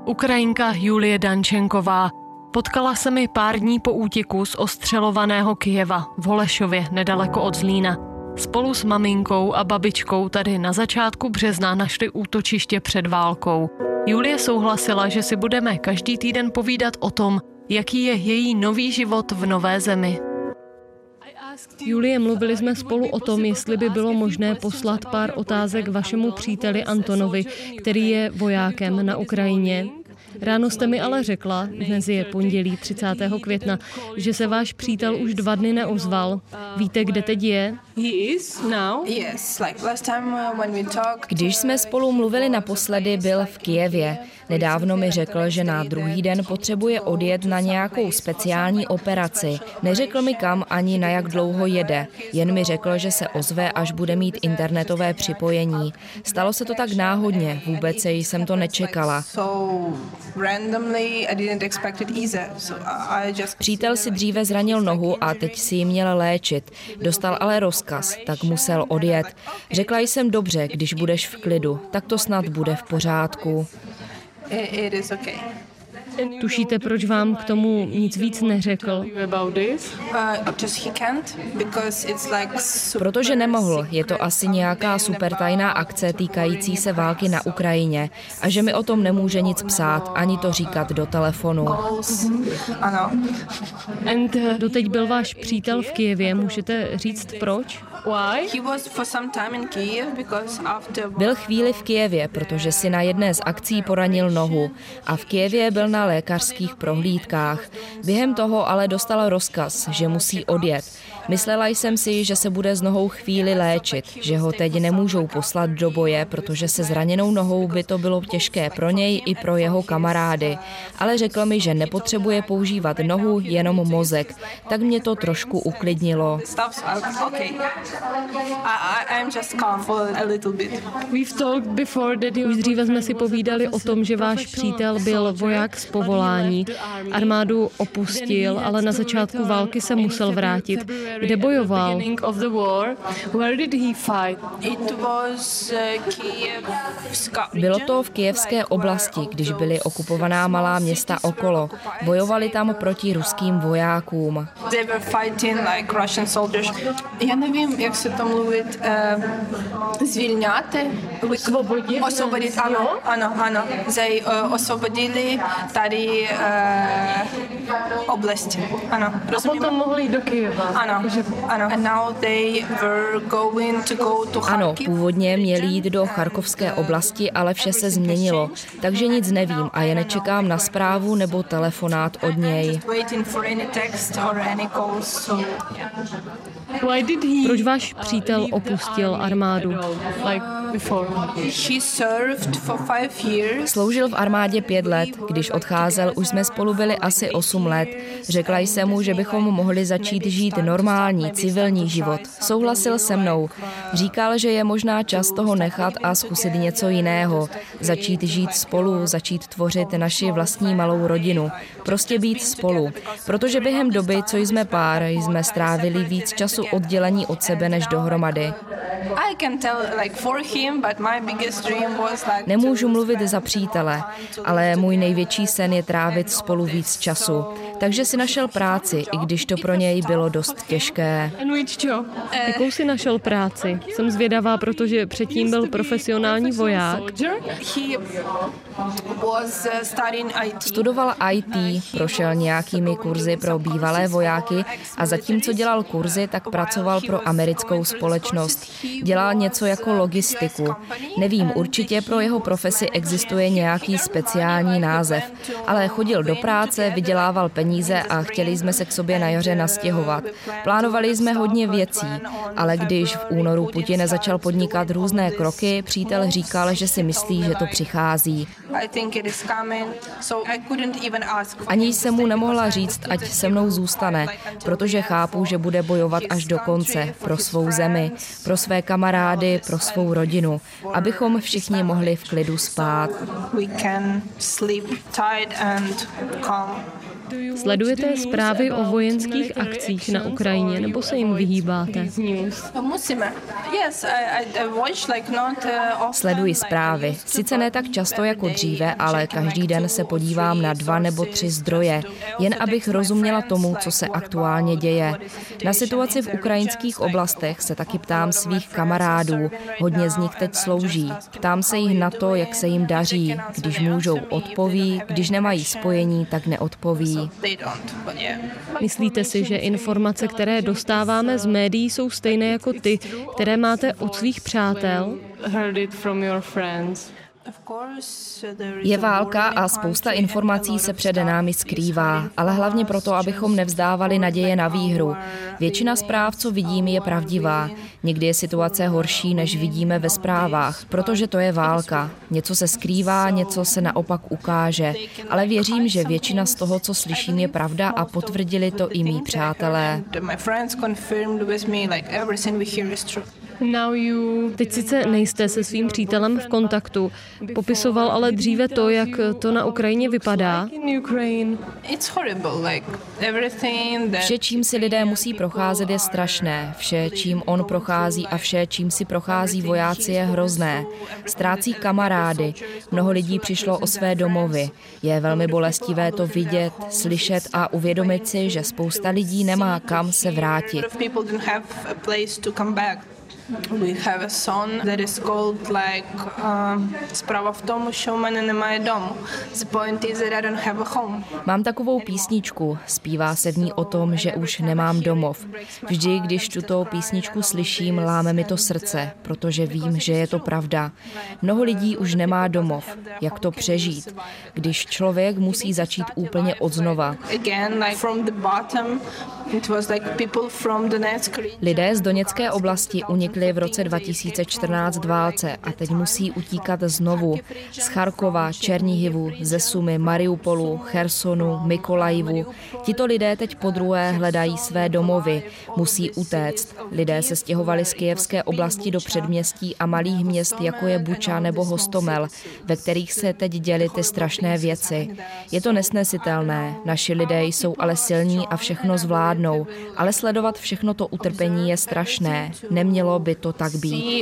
Ukrajinka Julie Dančenková. Potkala se mi pár dní po útěku z ostřelovaného Kyjeva v Holešově nedaleko od Zlína. Spolu s maminkou a babičkou tady na začátku března našli útočiště před válkou. Julie souhlasila, že si budeme každý týden povídat o tom, jaký je její nový život v nové zemi. Julie, mluvili jsme spolu o tom, jestli by bylo možné poslat pár otázek vašemu příteli Antonovi, který je vojákem na Ukrajině. Ráno jste mi ale řekla, dnes je pondělí 30. května, že se váš přítel už 2 dny neozval. Víte, kde teď je? Když jsme spolu mluvili naposledy, byl v Kyjevě. Nedávno mi řekl, že na druhý den potřebuje odjet na nějakou speciální operaci. Neřekl mi kam ani na jak dlouho jede. Jen mi řekl, že se ozve, až bude mít internetové připojení. Stalo se to tak náhodně, vůbec jsem to nečekala. Přítel si dříve zranil nohu a teď si ji měl léčit. Dostal ale rozkaz, tak musel odjet. Řekla jsem dobře, když budeš v klidu, tak to snad bude v pořádku. Tušíte, proč vám k tomu nic víc neřekl? Protože nemohl. Je to asi nějaká super tajná akce týkající se války na Ukrajině a že mi o tom nemůže nic psát, ani to říkat do telefonu. Ano. Doteď byl váš přítel v Kyjevě. Můžete říct proč? Byl chvíli v Kyjevě, protože si na jedné z akcí poranil nohu a v Kyjevě byl na lékařských prohlídkách. Během toho ale dostal rozkaz, že musí odjet. Myslela jsem si, že se bude s nohou chvíli léčit, že ho teď nemůžou poslat do boje, protože se zraněnou nohou by to bylo těžké pro něj i pro jeho kamarády. Ale řekl mi, že nepotřebuje používat nohu, jenom mozek. Tak mě to trošku uklidnilo. Už dříve jsme si povídali o tom, že váš přítel byl voják z povolání. Armádu opustil, ale na začátku války se musel vrátit. Kde bojoval? Bylo to v kyjevské oblasti, když byly okupovaná malá města okolo. Bojovali tam proti ruským vojákům. Já nevím, jak se to mluvit. Zvільняти? Освободit, ano. Osvobodili tady oblast. Ano, rozumím. A potom mohli jít do Kyjeva. Ano. And now they were going to go to Kharkiv. Ano, původně měli jít do Charkovské oblasti, ale vše se změnilo. Takže nic nevím a jen čekám na zprávu nebo telefonát od něj. Proč váš přítel opustil armádu? Sloužil v armádě 5 let. Když odcházel, už jsme spolu byli asi 8 let. Řekla jsem mu, že bychom mohli začít žít normální, civilní život. Souhlasil se mnou. Říkal, že je možná čas toho nechat a zkusit něco jiného. Začít žít spolu, začít tvořit naši vlastní malou rodinu. Prostě být spolu. Protože během doby, co jsme pár, jsme strávili víc času oddělení od sebe než dohromady. Nemůžu mluvit za přítele, ale můj největší sen je trávit spolu víc času. Takže si našel práci, i když to pro něj bylo dost těžké. Jakou si našel práci? Jsem zvědavá, protože předtím byl profesionální voják. Studoval IT, prošel nějakými kurzy pro bývalé vojáky a zatímco dělal kurzy, tak pracoval pro americkou společnost. Dělal něco jako logistiku. Nevím, určitě pro jeho profesi existuje nějaký speciální název, ale chodil do práce, vydělával peníze a chtěli jsme se k sobě na jaře nastěhovat. Plánovali jsme hodně věcí, ale když v únoru Putin začal podnikat různé kroky, přítel říkal, že si myslí, že to přichází. Ani jsem mu nemohla říct, ať se mnou zůstane, protože chápu, že bude bojovat až do konce pro svou zemi, pro své kamarády, pro svou rodinu, abychom všichni mohli v klidu spát. Sledujete zprávy o vojenských akcích na Ukrajině, nebo se jim vyhýbáte? Musíme. Sleduji zprávy. Sice ne tak často jako dříve, ale každý den se podívám na 2 nebo 3 zdroje, jen abych rozuměla tomu, co se aktuálně děje. Na situaci v ukrajinských oblastech se taky ptám svých kamarádů. Hodně z nich teď slouží. Ptám se jich na to, jak se jim daří. Když můžou, odpoví, když nemají spojení, tak neodpoví. Myslíte si, že informace, které dostáváme z médií, jsou stejné jako ty, které máte od svých přátel? Je válka a spousta informací se před námi skrývá, ale hlavně proto, abychom nevzdávali naděje na výhru. Většina zpráv, co vidím, je pravdivá. Někdy je situace horší, než vidíme ve zprávách, protože to je válka. Něco se skrývá, něco se naopak ukáže, ale věřím, že většina z toho, co slyším, je pravda a potvrdili to i mí přátelé. Teď sice nejste se svým přítelem v kontaktu, popisoval ale dříve to, jak to na Ukrajině vypadá. Vše, čím si lidé musí procházet, je strašné. Vše, čím on prochází a vše, čím si prochází vojáci, je hrozné. Ztrácí kamarády. Mnoho lidí přišlo o své domovy. Je velmi bolestivé to vidět, slyšet a uvědomit si, že spousta lidí nemá kam se vrátit. We have a song that is called Zpráva v tom, že u mene nemá dom. The point is that I don't have a home. Mám takovou písničku, zpívá se v ní o tom, že už nemám domov. Vždy, když tuto písničku slyším, láme mi to srdce, protože vím, že je to pravda. Mnoho lidí už nemá domov. Jak to přežít, když člověk musí začít úplně odznova? Lidé z Doněcké oblasti unikli v roce 2014 válce a teď musí utíkat znovu. Z Charkova, Černihivu, ze Sumy, Mariupolu, Chersonu, Mykolajivu. Tito lidé teď podruhé hledají své domovy. Musí utéct. Lidé se stěhovali z kyjevské oblasti do předměstí a malých měst, jako je Buča nebo Hostomel, ve kterých se teď děly ty strašné věci. Je to nesnesitelné. Naši lidé jsou ale silní a všechno zvládnou. Ale sledovat všechno to utrpení je strašné. Nemělo by to tak být.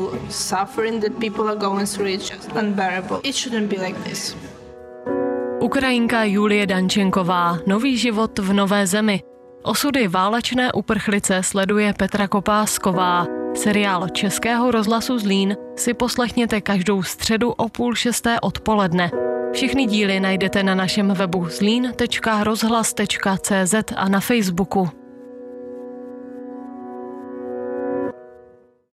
Ukrajinka Julie Dančenková, nový život v nové zemi. Osudy válečné uprchlice sleduje Petra Kopásková. Seriál Českého rozhlasu Zlín si poslechněte každou středu o 5:30 odpoledne. Všechny díly najdete na našem webu zlín.rozhlas.cz a na Facebooku.